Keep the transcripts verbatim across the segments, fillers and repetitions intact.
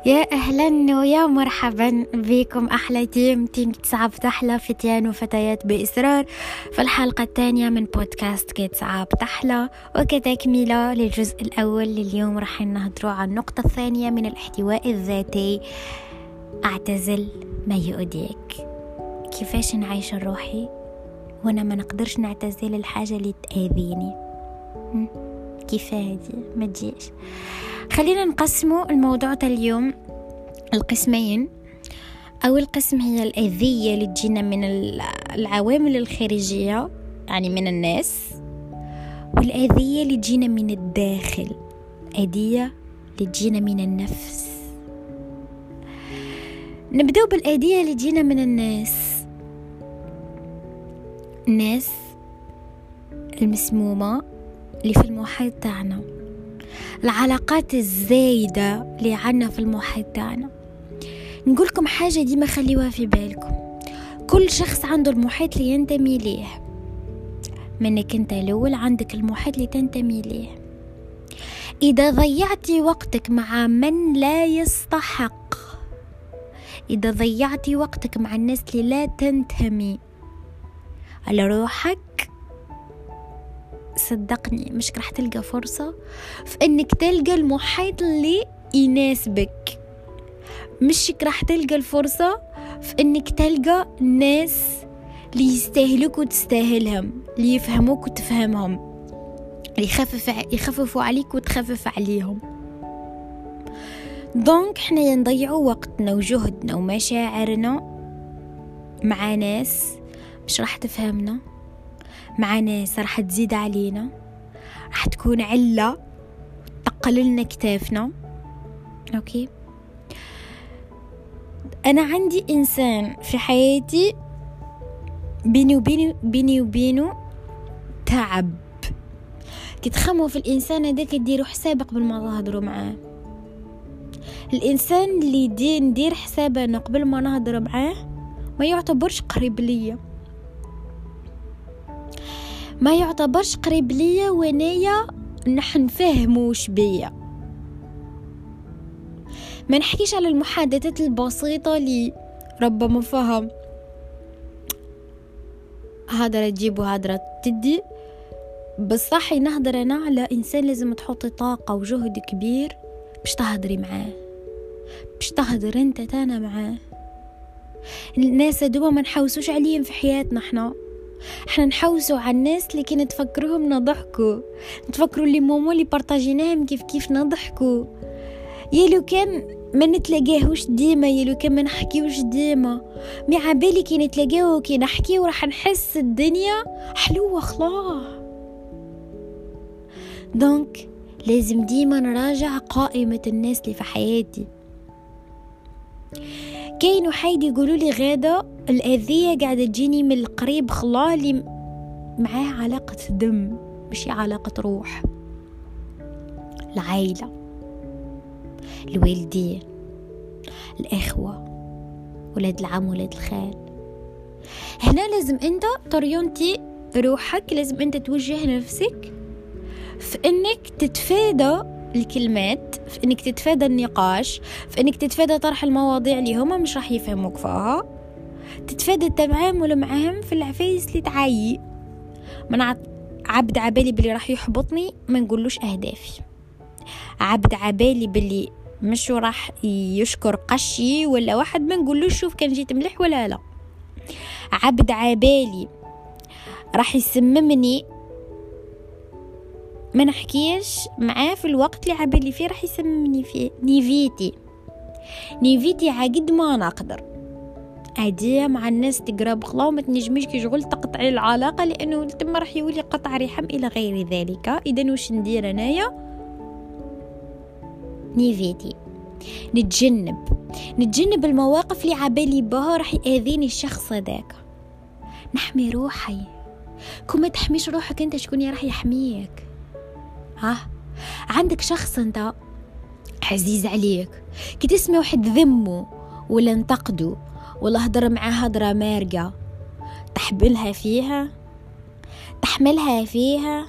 يا أهلا ويا مرحبا بكم أحلى تيم تيم تصعب تحلى فتيان وفتيات بإصرار في الحلقة الثانية من بودكاست كي تصعب تحلى، وكتكملة للجزء الأول لليوم راح نهضروا عن النقطة الثانية من الاحتواء الذاتي. أعتزل ما يؤذيك. كيفاش نعيش الروحي وانا ما نقدرش نعتزل الحاجة اللي تأذيني؟ كيف هذه ما تجيش؟ خلينا نقسموا الموضوع اليوم القسمين. أول قسم هي الأذية اللي تجينا من العوامل الخارجية، يعني من الناس، والأذية اللي تجينا من الداخل، أذية اللي تجينا من النفس. نبدأ بالأذية اللي تجينا من الناس. الناس المسمومة اللي في المحيط تاعنا، العلاقات الزايدة اللي عنا في المحيط تاعنا. نقولكم حاجة ديما خليوها في بالكم، كل شخص عنده المحيط اللي ينتمي ليه. منك انت الأول عندك المحيط اللي تنتمي ليه. إذا ضيعتي وقتك مع من لا يستحق، إذا ضيعتي وقتك مع الناس اللي لا تنتمي على روحك، صدقني مش راح تلقى فرصة في انك تلقى المحيط اللي يناسبك. مش راح تلقى الفرصة في انك تلقى الناس اللي يستاهلوك وتستاهلهم، اللي يفهموك وتفهمهم، اللي يخفف يخففوا عليك وتخفف عليهم. دونك احنا نضيعوا وقتنا وجهدنا ومشاعرنا مع ناس مش راح تفهمنا، مع ناس راح تزيد علينا، راح تكون علة تقللنا كتافنا. اوكي، انا عندي انسان في حياتي بيني وبينه بيني وبينه تعب. تتخموا في الانسان هذاك يديروا حساب قبل ما تهضروا معاه. الانسان اللي دي ندير حسابه قبل ما نهضر معاه ما يعتبرش قريب ليا، ما يعتبرش قريب ليا، ونايا نحن فهموش بيا. ما نحكيش على المحادثات البسيطة اللي ربما فهم هادرة تجيب وهادرة تدي، بصحي نهضر أنا على إنسان لازم تحطي طاقة وجهد كبير باش تهضري معاه، باش تهضر انت تانا معاه. الناس دوما ما نحوسوش عليهم في حياتنا. احنا احنا نحوسوا على الناس اللي كنا تفكرهم نضحكوا، نتفكروا اللي مومو اللي بارطاجيناهم كيف كيف نضحكوا. يلو كان ما نتلاقاهوش ديما، يلو كان ما نحكيوش ديما، مي عبالي كي نتلاقاو وكي نحكيو راح نحس الدنيا حلوه خلاه. دونك لازم ديما نراجع قائمة الناس اللي في حياتي. كاين حيدي يقولوا لي غادة الأذية قاعدة تجيني من القريب خلاه اللي معاه علاقة دم، مش علاقة روح. العائلة، الوالدين، الإخوة، ولاد العم، ولاد الخال. هنا لازم انت ترينتي روحك، لازم انت توجه نفسك في انك تتفادى الكلمات، في انك تتفادى النقاش، في انك تتفادى طرح المواضيع اللي هما مش راح يفهموك فيها، تتفادى التعامل معهم في العفايس اللي تعايي. من عبد عبالي باللي راح يحبطني ما نقولوش اهدافي، عبد عبالي باللي مش راح يشكر قشي ولا واحد ما نقولوش شوف كان جيت مليح ولا لا. عبد عبالي راح يسممني ما نحكيش معاه في الوقت اللي عبالي فيه راح يسممني فيه. نيفيتي نيفيتي عقد ما نقدر عادية مع الناس تقرب خلا وما تنجميش كي شغل تقطعي العلاقة، لأنه تم راح يولي قطع رحم إلى غير ذلك. إذن وش ندير أنايا؟ نيفيتي نتجنب نتجنب المواقف اللي عبالي بها راح يأذيني الشخص ذاك. نحمي روحي. كما تحميش روحك انت شكون راح يحميك؟ ها، عندك شخص انت عزيز عليك، كي تسمع واحد ذمه ولا انتقده ولا هضر معاه هضره مارقه، تحبلها فيها، تحملها فيها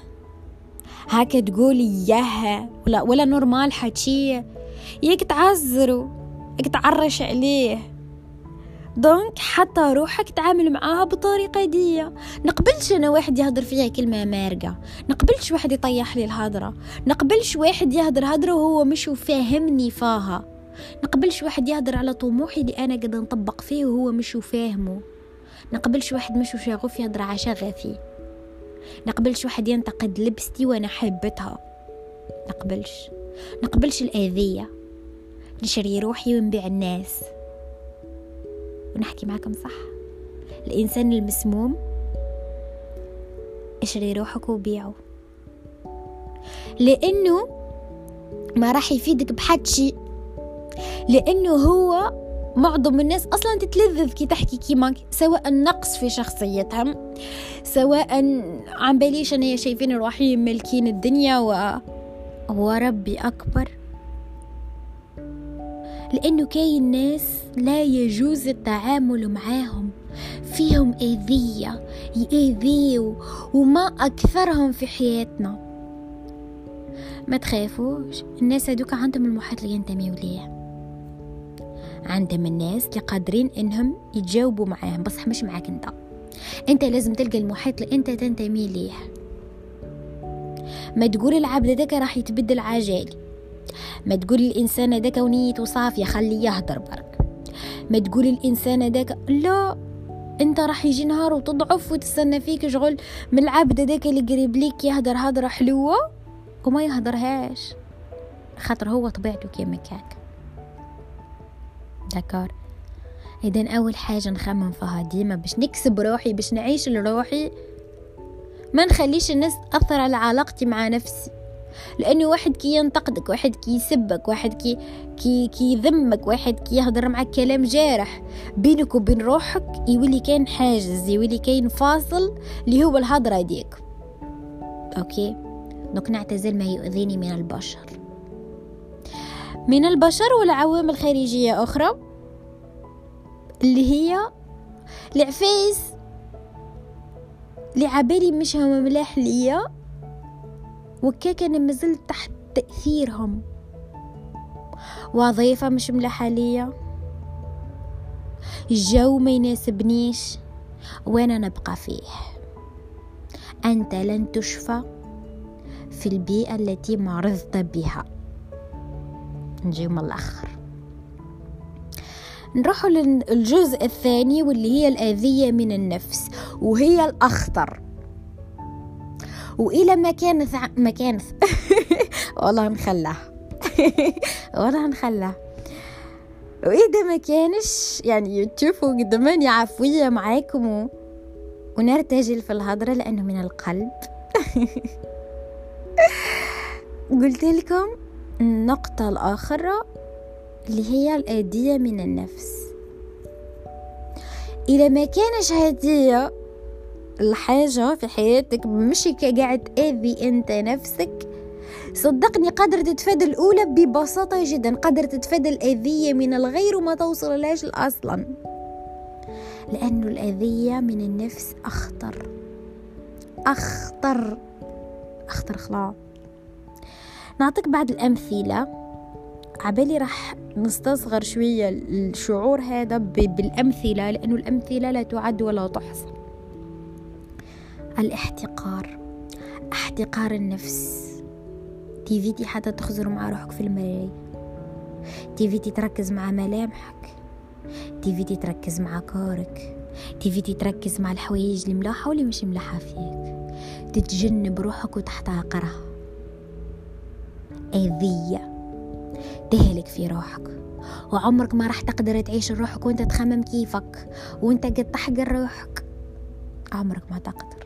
هكا تقولي ياها ولا ولا نورمال حكي، ياك تعذروا تعرش عليه. دونك حتى روحك تعامل معاها بطريقة دي. نقبلش أنا واحد يهدر فيها كلمة مارقة، نقبلش واحد يطيح لي الهدرة، نقبلش واحد يهدر هدرة وهو مش فاهمني فاها، نقبلش واحد يهدر على طموحي اللي أنا قد نطبق فيه وهو مش فاهمه، نقبلش واحد مش شغوف يهدر على شغفي، نقبلش واحد ينتقد لبستي وأنا حبتها، نقبلش نقبلش الأذية، نشري روحي ونبيع الناس. ونحكي معكم صح، الإنسان المسموم اشري روحك وبيعه، لأنه ما راح يفيدك بحد شيء، لأنه هو معظم الناس أصلا تتلذذ كي تحكي كيما، سواء نقص في شخصيتهم، سواء عم باليش أنا شايفين روحي ملكين الدنيا و... وربي أكبر. لأنه كاي ناس لا يجوز التعامل معاهم، فيهم أذية يأذيوا وما أكثرهم في حياتنا. ما تخافوش، الناس هذوك عندهم المحيط اللي ينتميوا ليه، عندهم الناس اللي قادرين إنهم يتجاوبوا معاهم، بصح مش معاك انت انت لازم تلقى المحيط اللي انت تنتمي ليه. ما تقول العبد داك راح يتبدل عجالي، ما تقول الإنسان داك ونيته صافية خليه يهدر برك، ما تقول الإنسان داك لا، انت راح يجي نهار وتضعف وتستنى فيك شغل من العبد داك اللي قريب ليك يهدر هدرة حلوة وما يهدرهاش، خاطر هو طبيعته كيما كاك. دكار إذن أول حاجة نخمم فيها ديما باش نكسب روحي، باش نعيش لروحي، ما نخليش الناس تأثر على علاقتي مع نفسي. لأنه واحد كي ينتقدك، واحد كي يسبك، واحد كي كي كي يذمك، واحد كي يهضر معك كلام جارح، بينك وبين روحك يولي كاين حاجز، يولي كاين فاصل اللي هو الهضرة ديك. أوكي، دونك نعتزل ما يؤذيني من البشر من البشر والعوامل خارجية أخرى اللي هي العفايس اللي عبالي مش هما ملاح ليا وكاك أنا مازلت تحت تأثيرهم، وظيفة مش ملاحة ليا، الجو ما يناسبنيش وانا نبقى فيه. أنت لن تشفى في البيئة التي مرضت بها. نجي من الآخر، نروح للجزء الثاني واللي هي الأذية من النفس، وهي الأخطر. وإلى ما كانت ما كانت والله نخلاه والله نخلاه وإذا ما كانش يعني تشوفوا قداماني عفوية معاكم و... ونرتجل في الهضرة لأنه من القلب. قلت لكم النقطة الآخرة اللي هي الأذية من النفس. إذا ما كانش هدية الحاجة في حياتك مش قاعد تأذي أنت نفسك، صدقني قادر تتفادى الأولى ببساطة جدا، قادر تتفادى الأذية من الغير وما توصل لهاش أصلا، لأنه الأذية من النفس أخطر أخطر أخطر خلاص. نعطيك بعض الأمثلة عبالي راح نستصغر شوية الشعور هذا بالأمثلة، لأنه الأمثلة لا تعد ولا تحصى. الاحتقار، احتقار النفس، تيفيتي حتى تخزر مع روحك في المراية، تيفيتي تركز مع ملامحك، تيفيتي تركز مع كارك، تيفيتي تركز مع الحوايج اللي ملاحة واللي مش ملاحة فيك، تتجنب روحك وتحتقرها. أذية تهلك في روحك، وعمرك ما راح تقدر تعيش روحك وانت تخمم كيفك وانت قد تحقر روحك، عمرك ما تقدر.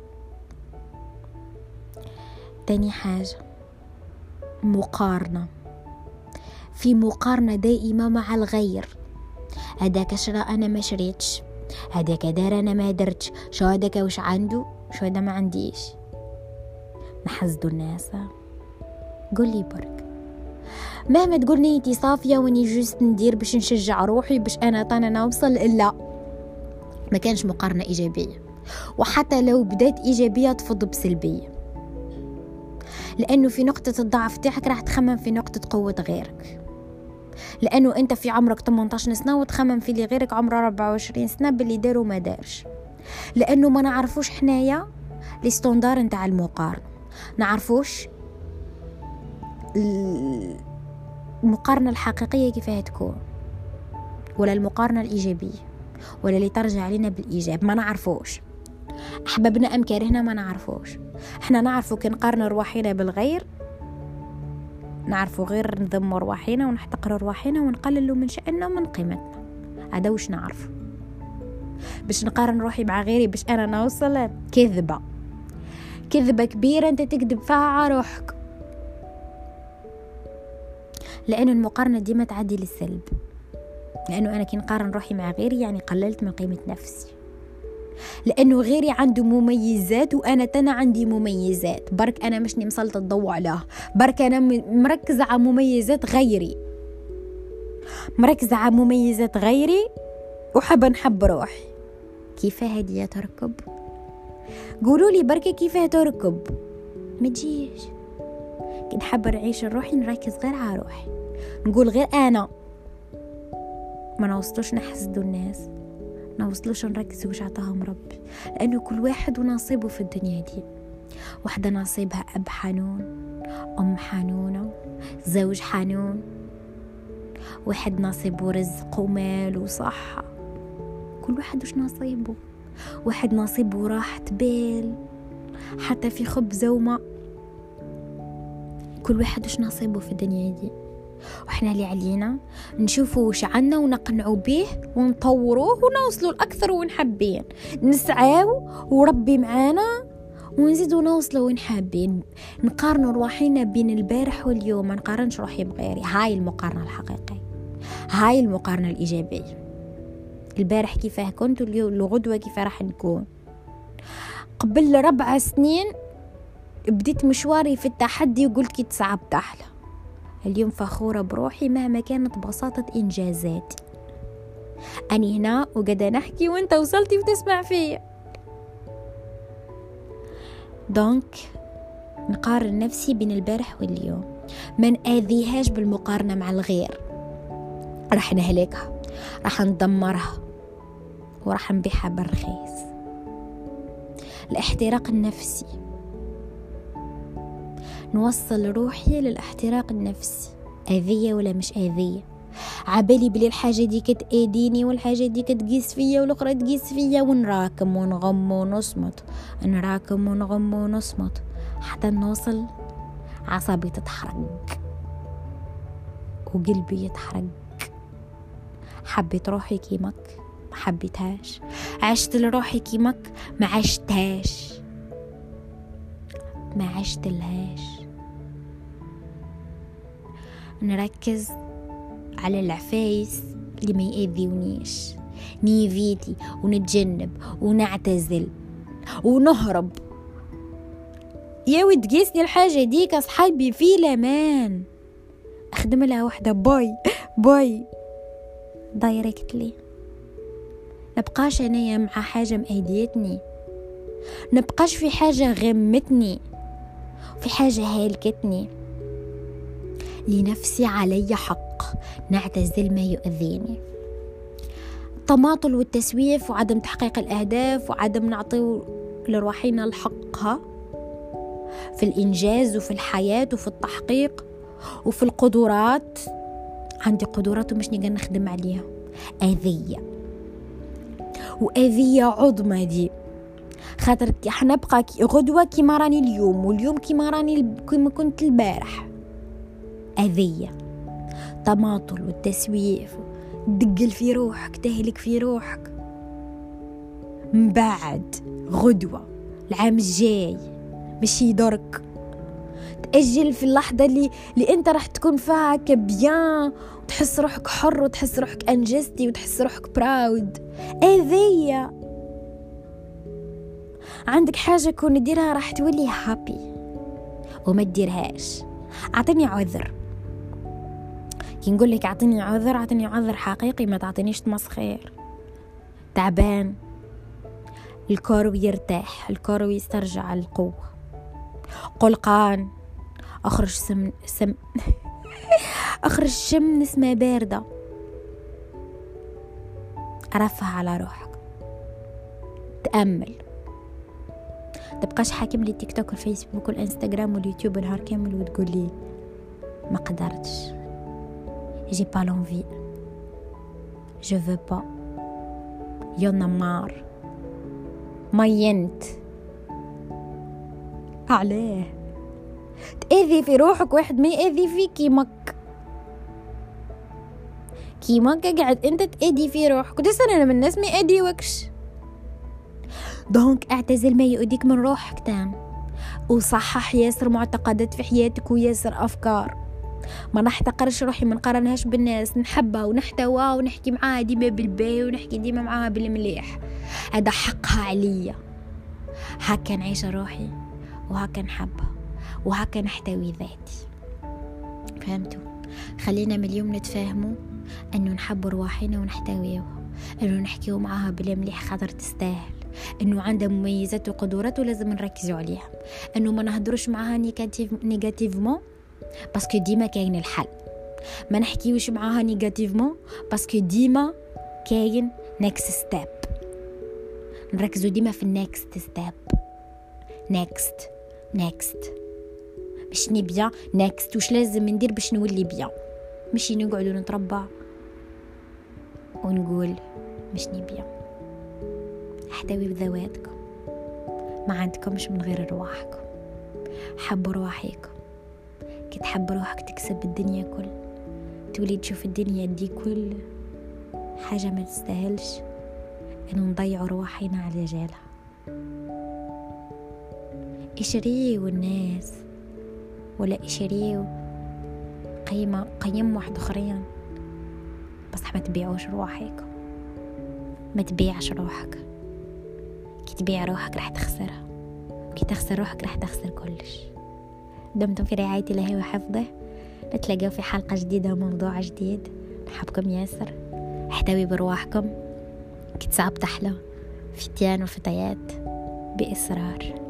تاني حاجة مقارنة، في مقارنة دائمة مع الغير، هداك شرا أنا ما شريتش، هداك دار أنا ما درتش، شو هداك وش عنده شو هدا ما عنديش. نحسدوا الناس، قولي برك مهما تقول نيتي صافية واني جوست ندير باش نشجع روحي باش أنا طانا نوصل، إلا ما كانش مقارنة إيجابية، وحتى لو بدأت إيجابية تفض بسلبية، لأنه في نقطة الضعف تاعك راح تخمم في نقطة قوة غيرك. لأنه أنت في عمرك ثمانية عشر سنة وتخمم في اللي غيرك عمره أربعة وعشرين سنة باللي داروا ما دارش. لأنه ما نعرفوش حنايا الاستندار نتاع المقارنة، نعرفوش المقارنة الحقيقية كيفاه تكون، ولا المقارنة الإيجابية، ولا اللي ترجع علينا بالإيجاب. ما نعرفوش، أحببنا أم كارهنا ما نعرفوش. احنا نعرفو كي نقارن رواحنا بالغير، نعرفو غير نذم رواحنا ونحتقر رواحنا ونقللو من شأننا ومن قيمتنا. هذا وش نعرفو. باش نقارن روحي مع غيري باش أنا نوصل، كذبة كذبة كبيرة أنت تكذب فيها على روحك. لأن المقارنة ديما تعدي للسلب. لأنه أنا كي نقارن روحي مع غيري يعني قللت من قيمة نفسي. لأنه غيري عنده مميزات وأنا تنا عندي مميزات، برك أنا مشني مسلطة الضوء عليها، برك أنا مركزة على مميزات غيري مركزة على مميزات غيري وحابة نحب روحي. كيفاه هدية تركب؟ قولوا لي بركة كيفاه تركب؟ ما تجيش. كي نحب نعيش روحي نركز غير على روحي، نقول غير أنا، ما نوصلوش نحسدوا الناس، نوصلوش نركزوا وش عطاهم ربي. لأنه كل واحد ونصيبه في الدنيا دي. واحدة نصيبها أب حنون، أم حنونة، زوج حنون، واحد نصيبه رزق ومال وصحة. كل واحد وش نصيبه. واحد نصيبه راحة بال حتى في خبزة وماء. كل واحد وش نصيبه في الدنيا دي. وإحنا اللي علينا نشوفوا وش عنا ونقنعوا به ونطوروه ونوصلوا الأكثر ونحبين، نسعاو وربي معانا ونزيدوا نوصلوا ونحبين. نقارنوا رواحينا بين البارح واليوم، ما نقارنش روحي بغيري. هاي المقارنة الحقيقية، هاي المقارنة الإيجابية. البارح كيفاه كنت واليوم الغدوة كيف راح نكون. قبل ربع سنين بديت مشواري في التحدي وقلت كي تصعب تحلى. اليوم فخورة بروحي مهما كانت بساطة إنجازاتي. أني هنا وقاعدة نحكي وانت وصلتي وتسمع فيا. دونك نقارن نفسي بين البارح واليوم، ما نآذيهاش بالمقارنة مع الغير. راح نهلكها، راح ندمرها، وراح نبيعها بالرخيص. الاحتراق النفسي، نوصل روحي للاحتراق النفسي. أذية ولا مش أذية؟ عبالي بلي الحاجة دي كتأذيني والحاجة دي كتقيس فيا والأخرى تقيس فيا، ونراكم ونغم ونصمت، نراكم ونغم ونصمت حتى نوصل عصبي تتحرق وقلبي يتحرق. حبيت روحي كيمك ما حبيتهاش، عشت لروحي كيمك ما عشتهاش، ما عشت لهاش. نركز على العفايس اللي ما يأذيونيش، نيفيتي ونتجنب ونعتزل ونهرب. يا ود قيسني الحاجة ديك أصحابي في لمان أخدم لها وحدة باي باي دايركتلي. نبقاش أنايا مع حاجة مأذيتني، نبقاش في حاجة غمتني، في حاجة هالكتني. لنفسي علي حق، نعتزل ما يؤذيني. التماطل والتسويف وعدم تحقيق الأهداف وعدم نعطي لروحنا الحقها في الإنجاز وفي الحياة وفي التحقيق وفي القدرات. عندي قدرات ومش نقدر نخدم عليها. أذية وأذية عظمى دي، خاطر حنبقى غدوة كيما راني اليوم واليوم كيما راني كيما كنت البارح. أذية، تماطل والتسويف، تدقل في روحك، تهلك في روحك. من بعد غدوة العام الجاي ماشي درك، تأجل في اللحظة اللي, اللي انت راح تكون فيها كبيان وتحس روحك حر وتحس روحك انجزتي وتحس روحك براود. أذية. عندك حاجة كون ديرها راح تولي هابي وما تديرهاش. اعطيني عذر، كي نقول لك اعطيني عذر اعطيني عذر حقيقي، ما تعطينيش تمسخير. تعبان، الكروي يرتاح، الكروي يسترجع القوة. قلقان، اخرج سم سم اخرج شم نسمة باردة، رفه على روحك، تأمل، تبقاش حاكم لي تيك توك والفيسبوك والانستغرام واليوتيوب نهار كامل وتقول لي ما قدرتش، جي با لونفي، جو فو با، يونا مار، مينت. علاه تأذي في روحك واحد ما يأذي فيك كيمك كيمك قاعد انت تأذي في روحك وتسأل انا من الناس ما يأذي وكش. دونك اعتزل ما يؤذيك من روحك تام، وصحح ياسر معتقدات في حياتك وياسر افكار. ما نحتقرش روحي، ما نقارنهاش بالناس، نحبها ونحتواها ونحكي معاها ديما بالباهي ونحكي ديما معاها بالمليح، هذا حقها عليا. هكا نعيش روحي وهكا نحبها وهكا نحتوي ذاتي. فهمتوا؟ خلينا من اليوم نتفاهموا انه نحب رواحنا ونحتويها، انه نحكيو معاها بلا مليح خاطر تستاهل، انه عندها مميزات وقدرات ولازم نركزوا عليها، انه ما نهضروش معاها نيجاتيف نيجاتيفمون باسكو ديما كاين الحل، ما نحكيوش معاها نيجاتيفمون باسكو ديما كاين نيكست ستيب. نركزوا ديما في النيكست ستيب، نيكست نيكست باش نبيا نيكست، وش لازم ندير باش نولي بيا، ماشي نقعدوا نتربع ونقول مش نبيا. احتوي بذواتكم، ما عندكمش من غير رواحكم، حبوا رواحكم. كي تحب روحك تكسب الدنيا كل، تولي تشوف الدنيا دي كل حاجة ما تستاهلش انه نضيع رواحنا على جالها. اشريوا الناس ولا اشريوا قيمة قيم واحد اخرين، بس ما تبيعوش رواحكم، ما تبيعش روحك. كي تبيع روحك راح تخسرها، كي تخسر روحك راح تخسر كلش. دمتم في رعاية الله وحفظه، نتلاقوا في حلقة جديدة وموضوع جديد. نحبكم ياسر، احتوي برواحكم، كي تصعب تحلى فتيان وفتيات بإصرار.